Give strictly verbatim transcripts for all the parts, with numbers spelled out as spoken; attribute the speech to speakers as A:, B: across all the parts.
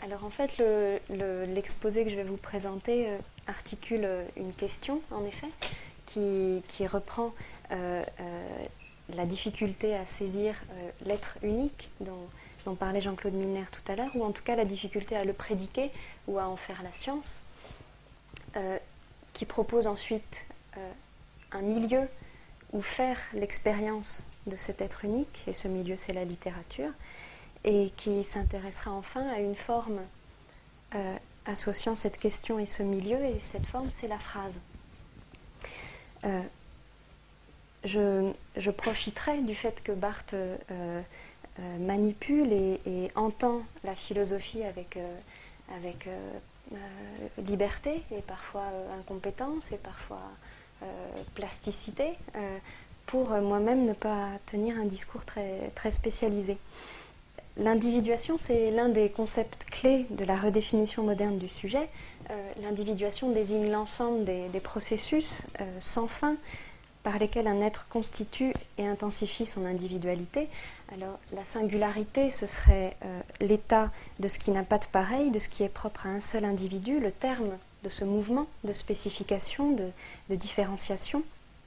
A: Alors en fait, le, le, l'exposé que je vais vous présenter euh, articule euh, une question, en effet, qui, qui reprend euh, euh, la difficulté à saisir euh, l'être unique dont, dont parlait Jean-Claude Milner tout à l'heure, ou en tout cas la difficulté à le prédiquer ou à en faire la science, euh, qui propose ensuite euh, un milieu où faire l'expérience de cet être unique, et ce milieu c'est la littérature, et qui s'intéressera enfin à une forme euh, associant cette question et ce milieu, et cette forme c'est la phrase. Euh, je, je profiterai du fait que Barthes euh, euh, manipule et, et entend la philosophie avec, euh, avec euh, euh, liberté et parfois euh, incompétence et parfois euh, plasticité, euh, pour euh, moi-même ne pas tenir un discours très, très spécialisé. L'individuation, c'est l'un des concepts clés de la redéfinition moderne du sujet. Euh, l'individuation désigne l'ensemble des, des processus euh, sans fin par lesquels un être constitue et intensifie son individualité. Alors, la singularité, ce serait euh, l'état de ce qui n'a pas de pareil, de ce qui est propre à un seul individu, le terme de ce mouvement de spécification, de, de différenciation.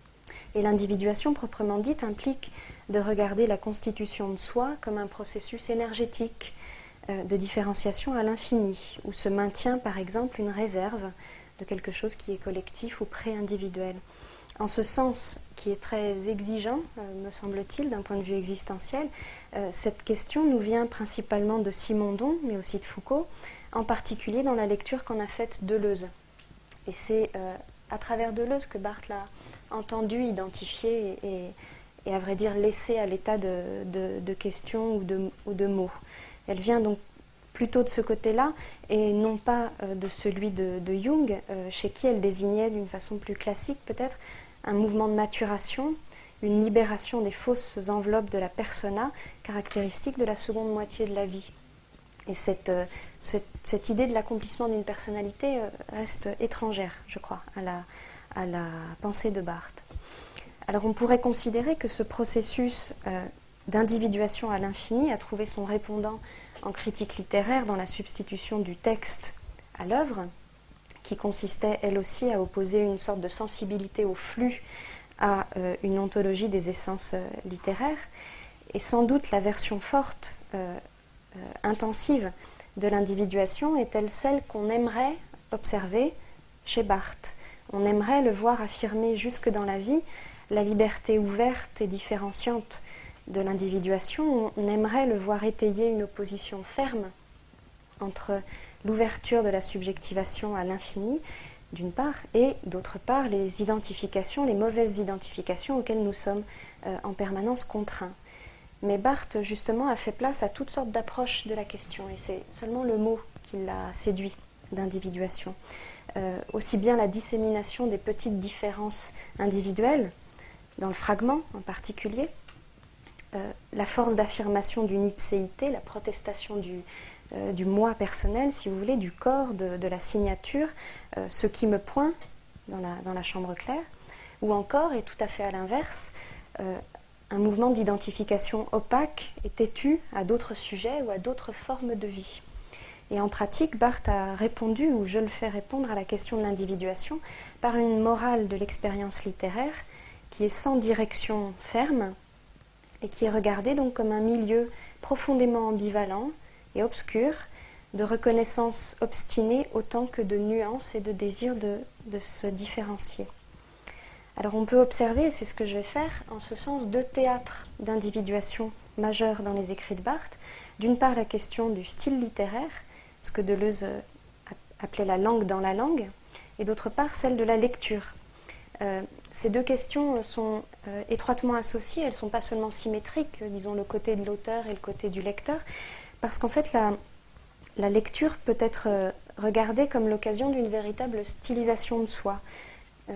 A: Et l'individuation proprement dite implique de regarder la constitution de soi comme un processus énergétique euh, de différenciation à l'infini, où se maintient par exemple une réserve de quelque chose qui est collectif ou pré-individuel. En ce sens, qui est très exigeant, euh, me semble-t-il, d'un point de vue existentiel, euh, cette question nous vient principalement de Simondon, mais aussi de Foucault, en particulier dans la lecture qu'en a faite Deleuze. Et c'est euh, à travers Deleuze que Barthes l'a entendu, identifié et, et, et à vrai dire laissé à l'état de, de, de questions ou de, ou de mots. Elle vient donc plutôt de ce côté-là et non pas euh, de celui de, de Jung, euh, chez qui elle désignait d'une façon plus classique peut-être un mouvement de maturation, une libération des fausses enveloppes de la persona, caractéristique de la seconde moitié de la vie. Et cette, euh, cette, cette idée de l'accomplissement d'une personnalité euh, reste étrangère, je crois, à la, à la pensée de Barthes. Alors on pourrait considérer que ce processus euh, d'individuation à l'infini a trouvé son répondant en critique littéraire dans la substitution du texte à l'œuvre, qui consistait elle aussi à opposer une sorte de sensibilité au flux à euh, une ontologie des essences euh, littéraires. Et sans doute la version forte, euh, euh, intensive de l'individuation est-elle celle qu'on aimerait observer chez Barthes. On aimerait le voir affirmer jusque dans la vie la liberté ouverte et différenciante de l'individuation. On aimerait le voir étayer une opposition ferme entre l'ouverture de la subjectivation à l'infini, d'une part, et d'autre part, les identifications, les mauvaises identifications auxquelles nous sommes euh, en permanence contraints. Mais Barthes, justement, a fait place à toutes sortes d'approches de la question, et c'est seulement le mot qui l'a séduit d'individuation. Euh, aussi bien la dissémination des petites différences individuelles, dans le fragment en particulier, euh, la force d'affirmation d'une ipséité, la protestation du, euh, du moi personnel, si vous voulez, du corps, de, de la signature, euh, ce qui me point dans la, dans la chambre claire, ou encore, et tout à fait à l'inverse, euh, un mouvement d'identification opaque et têtu à d'autres sujets ou à d'autres formes de vie. Et en pratique, Barthes a répondu, ou je le fais répondre, à la question de l'individuation par une morale de l'expérience littéraire qui est sans direction ferme et qui est regardée donc comme un milieu profondément ambivalent et obscur, de reconnaissance obstinée autant que de nuances et de désir de, de se différencier. Alors on peut observer, et c'est ce que je vais faire, en ce sens, deux théâtres d'individuation majeurs dans les écrits de Barthes. D'une part, la question du style littéraire, ce que Deleuze appelait la langue dans la langue, et d'autre part, celle de la lecture. Euh, ces deux questions sont euh, étroitement associées, elles ne sont pas seulement symétriques, disons le côté de l'auteur et le côté du lecteur, parce qu'en fait la, la lecture peut être euh, regardée comme l'occasion d'une véritable stylisation de soi, euh,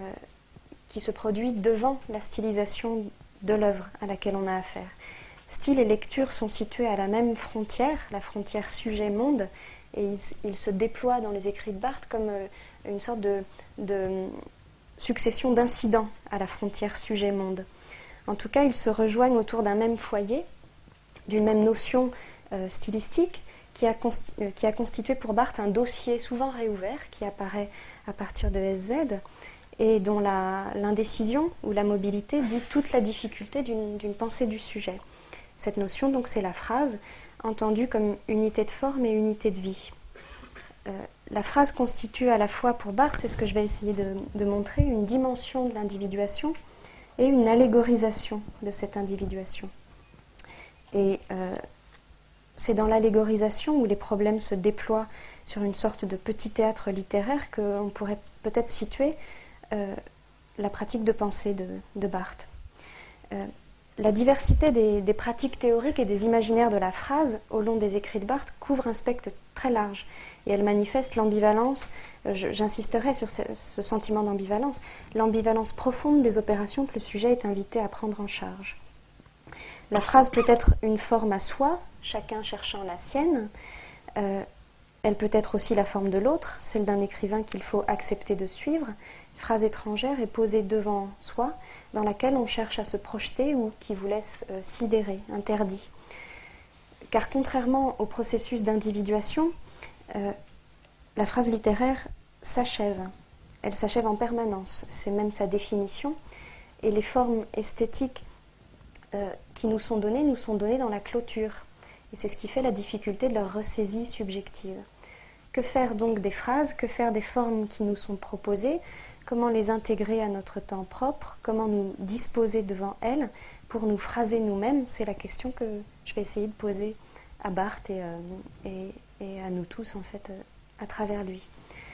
A: qui se produit devant la stylisation de l'œuvre à laquelle on a affaire. Style et lecture sont situés à la même frontière, la frontière sujet-monde, et ils, ils se déploient dans les écrits de Barthes comme euh, une sorte de, de succession d'incidents à la frontière sujet-monde. En tout cas, ils se rejoignent autour d'un même foyer, d'une même notion euh, stylistique, qui a, consti- qui a constitué pour Barthes un dossier souvent réouvert qui apparaît à partir de S Z et dont la, l'indécision ou la mobilité dit toute la difficulté d'une, d'une pensée du sujet. Cette notion, donc, c'est la phrase, entendue comme unité de forme et unité de vie. Euh, la phrase constitue à la fois pour Barthes, c'est ce que je vais essayer de, de montrer, une dimension de l'individuation et une allégorisation de cette individuation. Et euh, c'est dans l'allégorisation où les problèmes se déploient sur une sorte de petit théâtre littéraire qu'on pourrait peut-être situer euh, la pratique de pensée de, de Barthes. Euh, la diversité des, des pratiques théoriques et des imaginaires de la phrase au long des écrits de Barthes couvre un spectre très large et elle manifeste l'ambivalence, euh, je, j'insisterai sur ce, ce sentiment d'ambivalence, l'ambivalence profonde des opérations que le sujet est invité à prendre en charge. La phrase peut être une forme à soi, chacun cherchant la sienne. Euh, elle peut être aussi la forme de l'autre, celle d'un écrivain qu'il faut accepter de suivre. Une phrase étrangère est posée devant soi, dans laquelle on cherche à se projeter ou qui vous laisse euh, sidérer, interdit. Car contrairement au processus d'individuation, euh, la phrase littéraire s'achève. Elle s'achève en permanence, c'est même sa définition. Et les formes esthétiques Euh, qui nous sont données, nous sont données dans la clôture. Et c'est ce qui fait la difficulté de leur ressaisie subjective. Que faire donc des phrases? Que faire des formes qui nous sont proposées? Comment les intégrer à notre temps propre? Comment nous disposer devant elles pour nous phraser nous-mêmes? C'est la question que je vais essayer de poser à Barthes et, euh, et, et à nous tous, en fait, euh, à travers lui.